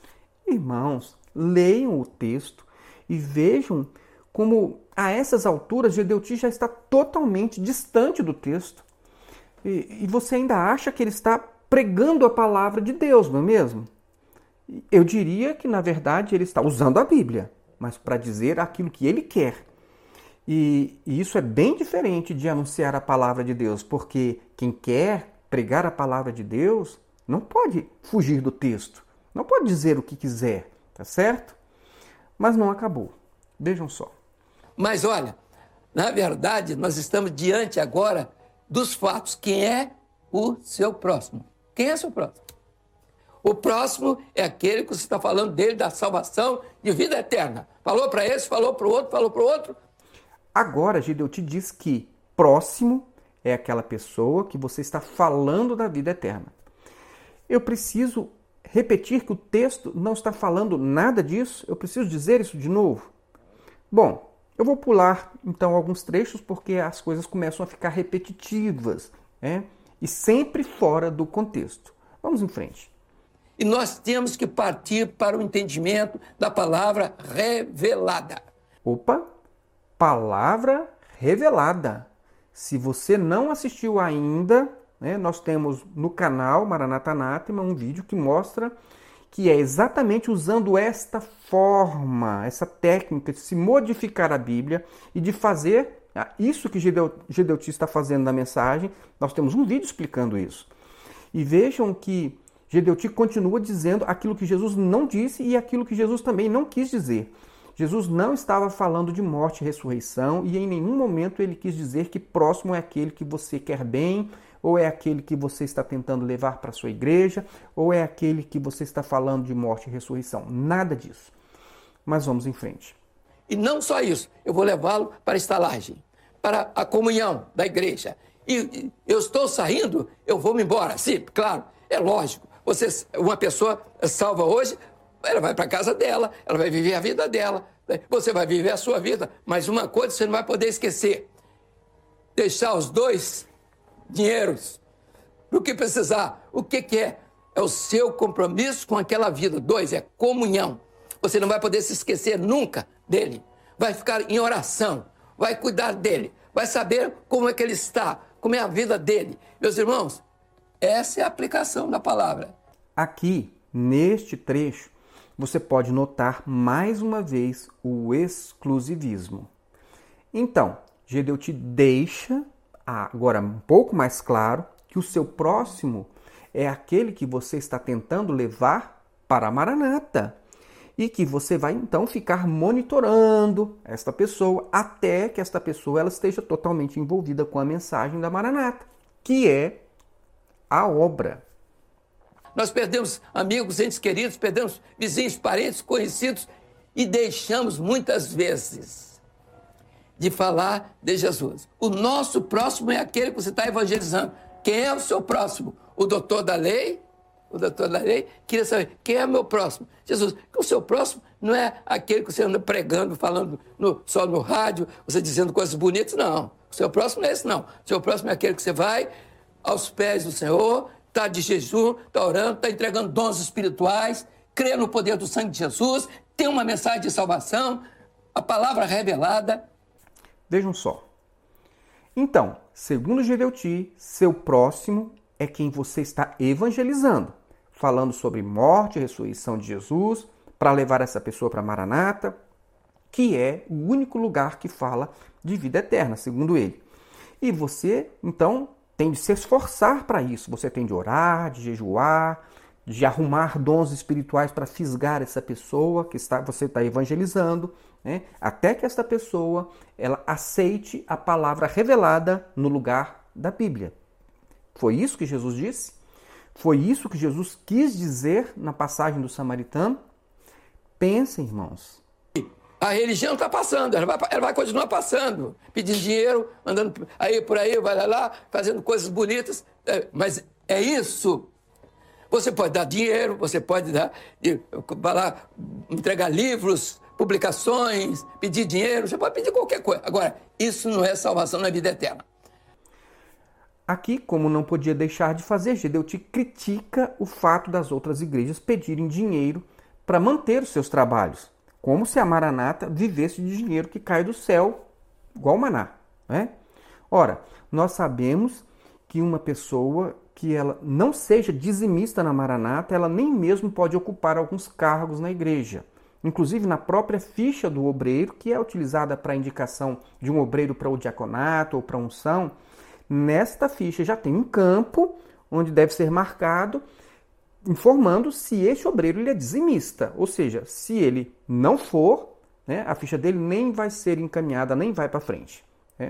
Irmãos, leiam o texto e vejam como a essas alturas Gedeuti já está totalmente distante do texto. E, e você ainda acha que ele está pregando a palavra de Deus, não é mesmo? Eu diria que, na verdade, ele está usando a Bíblia, mas para dizer aquilo que ele quer. E, e isso é bem diferente de anunciar a palavra de Deus, porque quem quer pregar a palavra de Deus não pode fugir do texto, não pode dizer o que quiser, tá certo? Mas não acabou. Vejam só. Mas olha, na verdade, nós estamos diante agora dos fatos. Quem é o seu próximo? Quem é seu próximo? O próximo é aquele que você está falando dele, da salvação de vida eterna. Falou para esse, falou para o outro, falou para o outro. Agora, Gedeuti diz que próximo é aquela pessoa que você está falando da vida eterna. Eu preciso repetir que o texto não está falando nada disso? Eu preciso dizer isso de novo? Bom, eu vou pular então alguns trechos porque as coisas começam a ficar repetitivas, né? E sempre fora do contexto. Vamos em frente. E nós temos que partir para o entendimento da palavra revelada. Opa, palavra revelada. Se você não assistiu ainda, né, nós temos no canal Maranata Anátema um vídeo que mostra que é exatamente usando esta forma, essa técnica de se modificar a Bíblia e de fazer isso que Gedeuti está fazendo na mensagem. Nós temos um vídeo explicando isso. E vejam que Gedeuti continua dizendo aquilo que Jesus não disse e aquilo que Jesus também não quis dizer. Jesus não estava falando de morte e ressurreição e em nenhum momento ele quis dizer que próximo é aquele que você quer bem, ou é aquele que você está tentando levar para a sua igreja, ou é aquele que você está falando de morte e ressurreição. Nada disso. Mas vamos em frente. E não só isso, eu vou levá-lo para a estalagem, para a comunhão da igreja. E eu estou saindo, eu vou me embora. Sim, claro, é lógico. Você, uma pessoa salva hoje, ela vai para a casa dela, ela vai viver a vida dela, você vai viver a sua vida, mas uma coisa você não vai poder esquecer: deixar os dois dinheiros para o que precisar. O que, que é? É o seu compromisso com aquela vida. Dois, é comunhão. Você não vai poder se esquecer nunca dele. Vai ficar em oração, vai cuidar dele, vai saber como é que ele está, como é a vida dele. Meus irmãos, essa é a aplicação da palavra. Aqui, neste trecho, você pode notar mais uma vez o exclusivismo. Então, Gedeuti deixa agora um pouco mais claro que o seu próximo é aquele que você está tentando levar para a Maranata e que você vai então ficar monitorando esta pessoa até que esta pessoa ela esteja totalmente envolvida com a mensagem da Maranata, que é a obra. Nós perdemos amigos, entes queridos, perdemos vizinhos, parentes, conhecidos e deixamos muitas vezes de falar de Jesus. O nosso próximo é aquele que você está evangelizando. Quem é o seu próximo? O doutor da lei? O doutor da lei queria saber quem é o meu próximo. Jesus, o seu próximo não é aquele que você anda pregando, falando no, só no rádio, você dizendo coisas bonitas, não. O seu próximo não é esse, não. O seu próximo é aquele que você vai aos pés do Senhor, está de jejum, está orando, está entregando dons espirituais, crê no poder do sangue de Jesus, tem uma mensagem de salvação, a palavra revelada. Vejam só. Então, segundo Gedeuti, seu próximo é quem você está evangelizando, falando sobre morte e ressurreição de Jesus, para levar essa pessoa para Maranata, que é o único lugar que fala de vida eterna, segundo ele. E você, então, tem de se esforçar para isso. Você tem de orar, de jejuar, de arrumar dons espirituais para fisgar essa pessoa que está, você está evangelizando, né? Até que essa pessoa ela aceite a palavra revelada no lugar da Bíblia. Foi isso que Jesus disse? Foi isso que Jesus quis dizer na passagem do samaritano? Pensem, irmãos. A religião está passando, ela vai, ela vai continuar passando, pedindo dinheiro, andando aí por aí, vai lá, lá, fazendo coisas bonitas, é, mas é isso. Você pode dar dinheiro, você pode dar, vai lá, entregar livros, publicações, pedir dinheiro, você pode pedir qualquer coisa. Agora, isso não é salvação na vida eterna. Aqui, como não podia deixar de fazer, Gedeuti critica o fato das outras igrejas pedirem dinheiro para manter os seus trabalhos, como se a Maranata vivesse de dinheiro que cai do céu, igual maná, né? Ora, nós sabemos que uma pessoa que ela não seja dizimista na Maranata, ela nem mesmo pode ocupar alguns cargos na igreja. Inclusive na própria ficha do obreiro, que é utilizada para a indicação de um obreiro para o diaconato ou para a unção, nesta ficha já tem um campo onde deve ser marcado informando se este obreiro ele é dizimista. Ou seja, se ele não for, né, a ficha dele nem vai ser encaminhada, nem vai para frente. Né?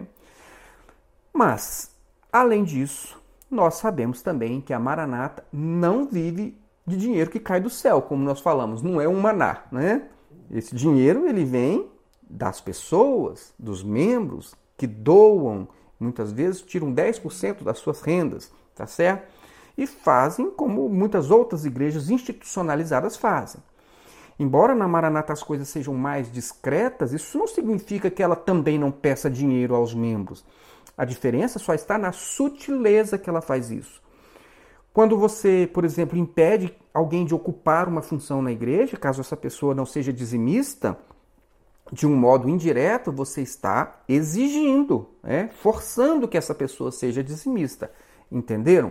Mas, além disso, nós sabemos também que a Maranata não vive de dinheiro que cai do céu, como nós falamos, não é um maná. Né? Esse dinheiro ele vem das pessoas, dos membros que doam, muitas vezes tiram dez por cento das suas rendas, tá certo? E fazem como muitas outras igrejas institucionalizadas fazem. Embora na Maranata as coisas sejam mais discretas, isso não significa que ela também não peça dinheiro aos membros. A diferença só está na sutileza que ela faz isso. Quando você, por exemplo, impede alguém de ocupar uma função na igreja, caso essa pessoa não seja dizimista, de um modo indireto, você está exigindo, né? Forçando que essa pessoa seja dizimista. Entenderam?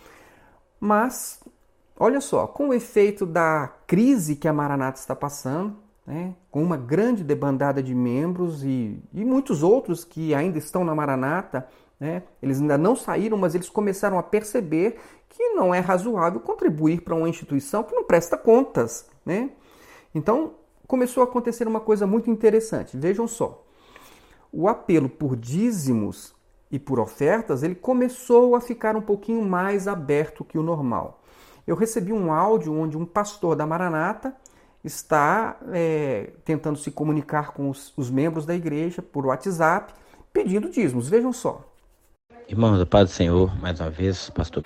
Mas, olha só, com o efeito da crise que a Maranata está passando, né, com uma grande debandada de membros e, e muitos outros que ainda estão na Maranata, né, eles ainda não saíram, mas eles começaram a perceber que não é razoável contribuir para uma instituição que não presta contas. Né? Então, começou a acontecer uma coisa muito interessante. Vejam só, o apelo por dízimos e por ofertas, ele começou a ficar um pouquinho mais aberto que o normal. Eu recebi um áudio onde um pastor da Maranata está é, tentando se comunicar com os, os membros da igreja por WhatsApp, pedindo dízimos. Vejam só. Irmãos, a paz do Senhor, mais uma vez, pastor.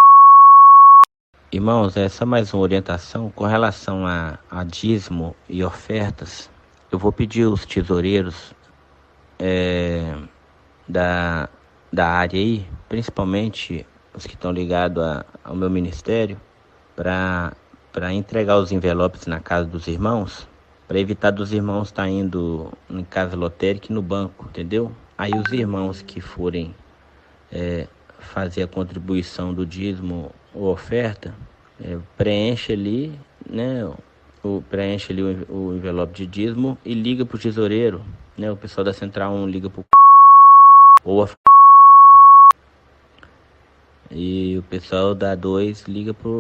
Irmãos, essa é mais uma orientação com relação a, a dízimo e ofertas. Eu vou pedir aos tesoureiros é, da... da área aí, principalmente os que estão ligados a, ao meu ministério, para para entregar os envelopes na casa dos irmãos, para evitar dos irmãos estar tá indo em casa lotérica e no banco, entendeu? Aí os irmãos que forem é, fazer a contribuição do dízimo ou oferta, é, preenche ali, né, o, preenche ali o, o envelope de dízimo e liga para o tesoureiro, né, o pessoal da Central um liga para o ou a e o pessoal da dois liga pro...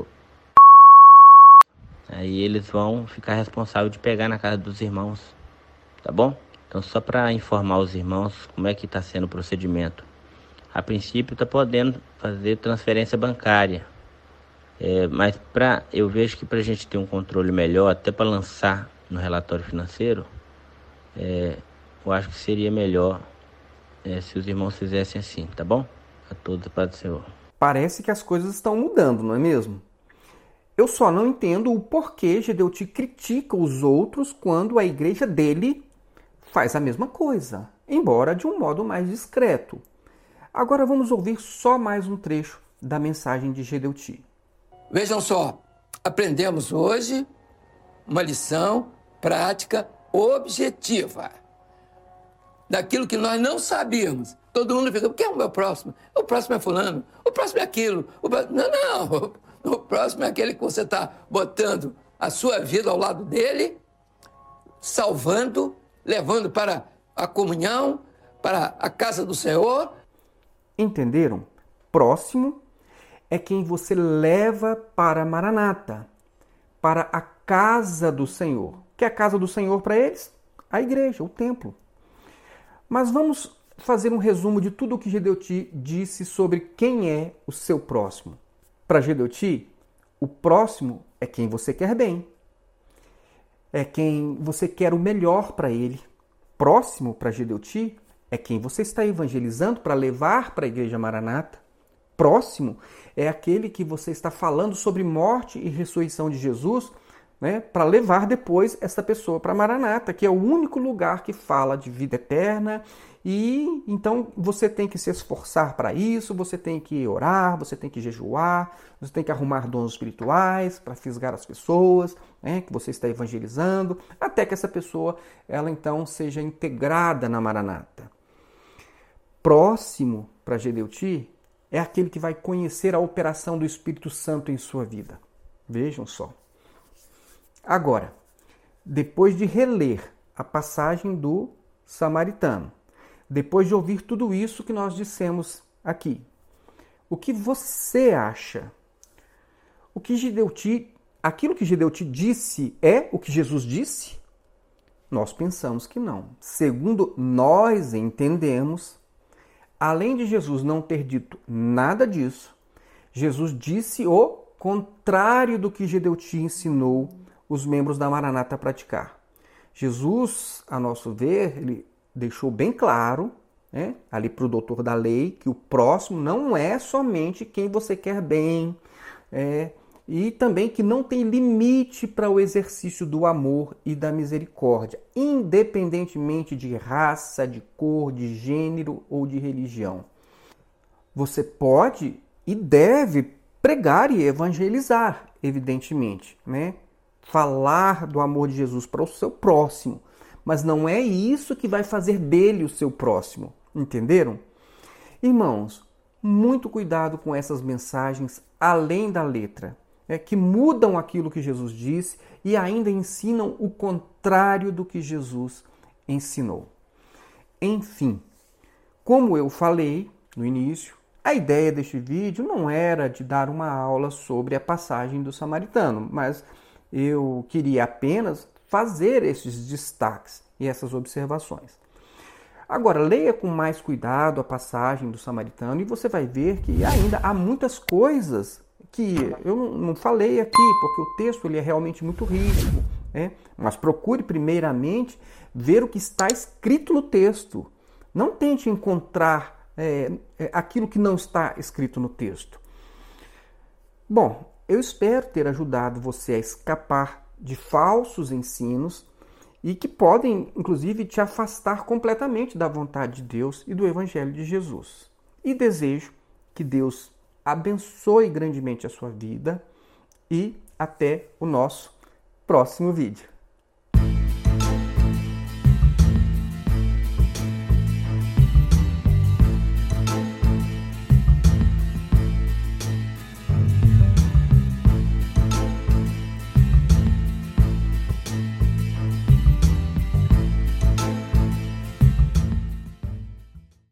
Aí eles vão ficar responsáveis de pegar na casa dos irmãos, tá bom? Então só para informar os irmãos como é que está sendo o procedimento. A princípio está podendo fazer transferência bancária, é, mas pra, eu vejo que para a gente ter um controle melhor, até para lançar no relatório financeiro, é, eu acho que seria melhor é, se os irmãos fizessem assim, tá bom? A todos, a paz do Senhor. Parece que as coisas estão mudando, não é mesmo? Eu só não entendo o porquê Gedeuti critica os outros quando a igreja dele faz a mesma coisa, embora de um modo mais discreto. Agora vamos ouvir só mais um trecho da mensagem de Gedeuti. Vejam só, aprendemos hoje uma lição prática objetiva daquilo que nós não sabíamos. Todo mundo fica, quem é o meu próximo? O próximo é fulano, o próximo é aquilo. O próximo... Não, não, o próximo é aquele que você está botando a sua vida ao lado dele, salvando, levando para a comunhão, para a casa do Senhor. Entenderam? Próximo é quem você leva para a Maranata, para a casa do Senhor. Que é a casa do Senhor para eles? A igreja, o templo. Mas vamos fazer um resumo de tudo o que Gedeuti disse sobre quem é o seu próximo. Para Gedeuti, O próximo é quem você quer bem. É quem você quer o melhor para ele. Próximo para Gedeuti é quem você está evangelizando para levar para a Igreja Maranata. Próximo é aquele que você está falando sobre morte e ressurreição de Jesus, né, para levar depois essa pessoa para Maranata, que é o único lugar que fala de vida eterna. E então você tem que se esforçar para isso, você tem que orar, você tem que jejuar, você tem que arrumar dons espirituais para fisgar as pessoas, né, que você está evangelizando, até que essa pessoa ela então seja integrada na Maranata. Próximo para Gedeuti é aquele que vai conhecer a operação do Espírito Santo em sua vida. Vejam só. Agora, depois de reler a passagem do samaritano, depois de ouvir tudo isso que nós dissemos aqui, o que você acha? O que Gedeuti, aquilo que Gedeuti disse é o que Jesus disse? Nós pensamos que não. Segundo nós entendemos, além de Jesus não ter dito nada disso, Jesus disse o contrário do que Gedeuti ensinou os membros da Maranata a praticar. Jesus, a nosso ver, ele deixou bem claro, né, ali para o doutor da lei, que o próximo não é somente quem você quer bem, é, e também que não tem limite para o exercício do amor e da misericórdia, independentemente de raça, de cor, de gênero ou de religião. Você pode e deve pregar e evangelizar, evidentemente, né? Falar do amor de Jesus para o seu próximo, mas não é isso que vai fazer dele o seu próximo, entenderam? Irmãos, muito cuidado com essas mensagens além da letra, é, que mudam aquilo que Jesus disse e ainda ensinam o contrário do que Jesus ensinou. Enfim, como eu falei no início, a ideia deste vídeo não era de dar uma aula sobre a passagem do samaritano, mas eu queria apenas fazer esses destaques e essas observações. Agora, leia com mais cuidado a passagem do samaritano e você vai ver que ainda há muitas coisas que eu não falei aqui, porque o texto ele é realmente muito rico, né? Mas procure primeiramente ver o que está escrito no texto. Não tente encontrar é, aquilo que não está escrito no texto. Bom, eu espero ter ajudado você a escapar de falsos ensinos e que podem, inclusive, te afastar completamente da vontade de Deus e do Evangelho de Jesus. E desejo que Deus abençoe grandemente a sua vida e até o nosso próximo vídeo.